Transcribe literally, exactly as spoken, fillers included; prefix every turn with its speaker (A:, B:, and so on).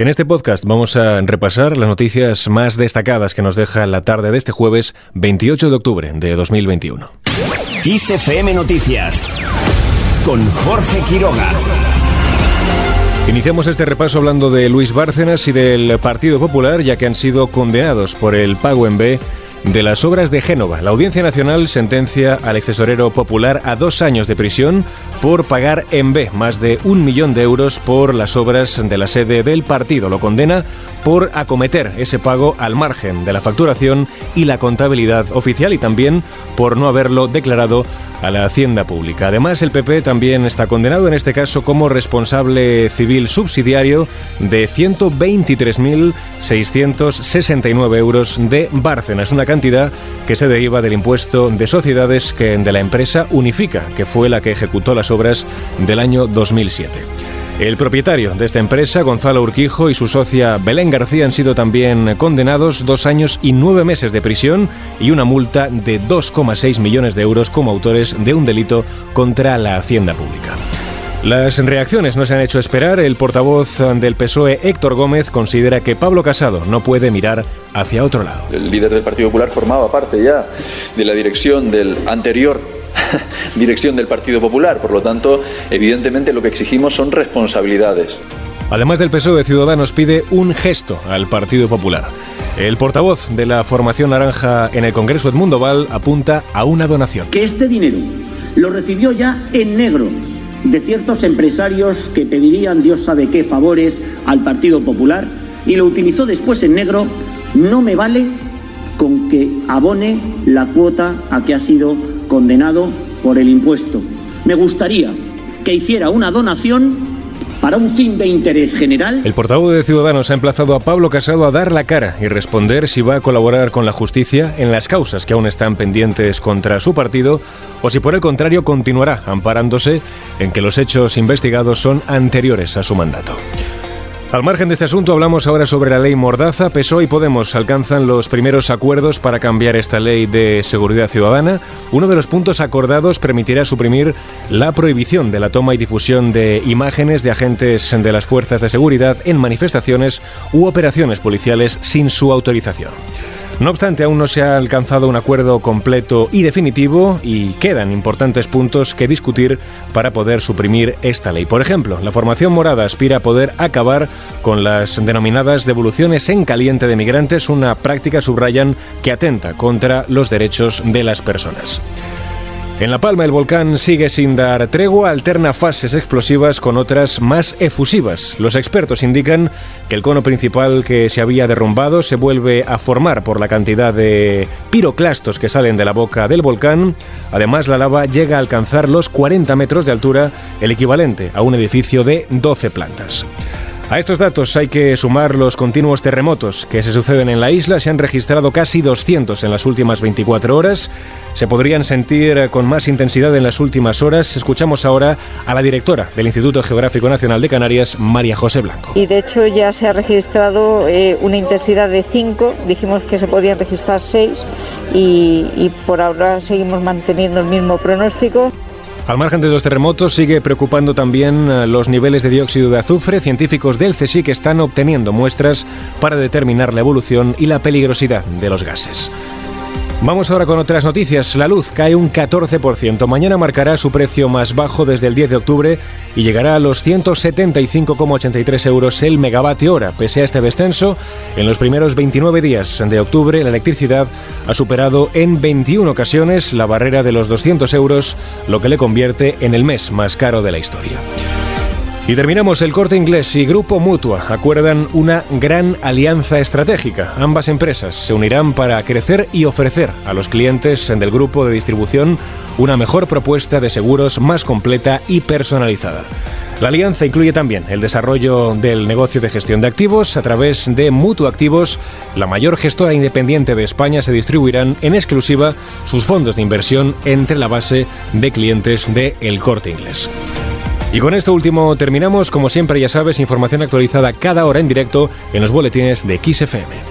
A: En este podcast vamos a repasar las noticias más destacadas que nos deja la tarde de este jueves veintiocho de octubre de dos mil veintiuno.
B: Kiss F M Noticias con Jorge Quiroga.
A: Iniciamos este repaso hablando de Luis Bárcenas y del Partido Popular, ya que han sido condenados por el pago en B de las obras de Génova. La Audiencia Nacional sentencia al extesorero popular a dos años de prisión por pagar en B más de un millón de euros por las obras de la sede del partido. Lo condena por acometer ese pago al margen de la facturación y la contabilidad oficial y también por no haberlo declarado a la Hacienda Pública. Además, el P P también está condenado, en este caso como responsable civil subsidiario de ciento veintitrés mil seiscientos sesenta y nueve euros de Bárcenas, una cantidad que se deriva del impuesto de sociedades que de la empresa Unifica, que fue la que ejecutó las obras del año dos mil siete. El propietario de esta empresa, Gonzalo Urquijo, y su socia Belén García han sido también condenados dos años y nueve meses de prisión y una multa de dos coma seis millones de euros como autores de un delito contra la Hacienda Pública. Las reacciones no se han hecho esperar. El portavoz del P S O E, Héctor Gómez, considera que Pablo Casado no puede mirar hacia otro lado.
C: El líder del Partido Popular formaba parte ya de la dirección del anterior dirección del Partido Popular, por lo tanto, evidentemente lo que exigimos son responsabilidades.
A: Además del P S O E, Ciudadanos pide un gesto al Partido Popular. El portavoz de la formación naranja en el Congreso, Edmundo Val, apunta a una donación.
D: Que este dinero lo recibió ya en negro de ciertos empresarios que pedirían Dios sabe qué favores al Partido Popular y lo utilizó después en negro. No me vale con que abone la cuota a que ha sido condenado por el impuesto. Me gustaría que hiciera una donación para un fin de interés general.
A: El portavoz de Ciudadanos ha emplazado a Pablo Casado a dar la cara y responder si va a colaborar con la justicia en las causas que aún están pendientes contra su partido o si por el contrario continuará amparándose en que los hechos investigados son anteriores a su mandato. Al margen de este asunto, hablamos ahora sobre la ley Mordaza. P S O E y Podemos alcanzan los primeros acuerdos para cambiar esta ley de seguridad ciudadana. Uno de los puntos acordados permitirá suprimir la prohibición de la toma y difusión de imágenes de agentes de las fuerzas de seguridad en manifestaciones u operaciones policiales sin su autorización. No obstante, aún no se ha alcanzado un acuerdo completo y definitivo y quedan importantes puntos que discutir para poder suprimir esta ley. Por ejemplo, la formación morada aspira a poder acabar con las denominadas devoluciones en caliente de migrantes, una práctica, subrayan, que atenta contra los derechos de las personas. En La Palma, el volcán sigue sin dar tregua, alterna fases explosivas con otras más efusivas. Los expertos indican que el cono principal que se había derrumbado se vuelve a formar por la cantidad de piroclastos que salen de la boca del volcán. Además, la lava llega a alcanzar los cuarenta metros de altura, el equivalente a un edificio de doce plantas. A estos datos hay que sumar los continuos terremotos que se suceden en la isla. Se han registrado casi doscientos en las últimas veinticuatro horas. Se podrían sentir con más intensidad en las últimas horas. Escuchamos ahora a la directora del Instituto Geográfico Nacional de Canarias, María José Blanco.
E: Y de hecho ya se ha registrado eh, una intensidad de cinco. Dijimos que se podían registrar seis y, y por ahora seguimos manteniendo el mismo pronóstico.
A: Al margen de los terremotos, sigue preocupando también los niveles de dióxido de azufre. Científicos del CSIC están obteniendo muestras para determinar la evolución y la peligrosidad de los gases. Vamos ahora con otras noticias. La luz cae un catorce por ciento. Mañana marcará su precio más bajo desde el diez de octubre y llegará a los ciento setenta y cinco coma ochenta y tres euros el megavatio hora. Pese a este descenso, en los primeros veintinueve días de octubre, la electricidad ha superado en veintiuna ocasiones la barrera de los doscientos euros, lo que le convierte en el mes más caro de la historia. Y terminamos. El Corte Inglés y Grupo Mutua acuerdan una gran alianza estratégica. Ambas empresas se unirán para crecer y ofrecer a los clientes del grupo de distribución una mejor propuesta de seguros más completa y personalizada. La alianza incluye también el desarrollo del negocio de gestión de activos. A través de Mutua Activos, la mayor gestora independiente de España, se distribuirán en exclusiva sus fondos de inversión entre la base de clientes de El Corte Inglés. Y con esto último terminamos. Como siempre, ya sabes, información actualizada cada hora en directo en los boletines de Kiss F M.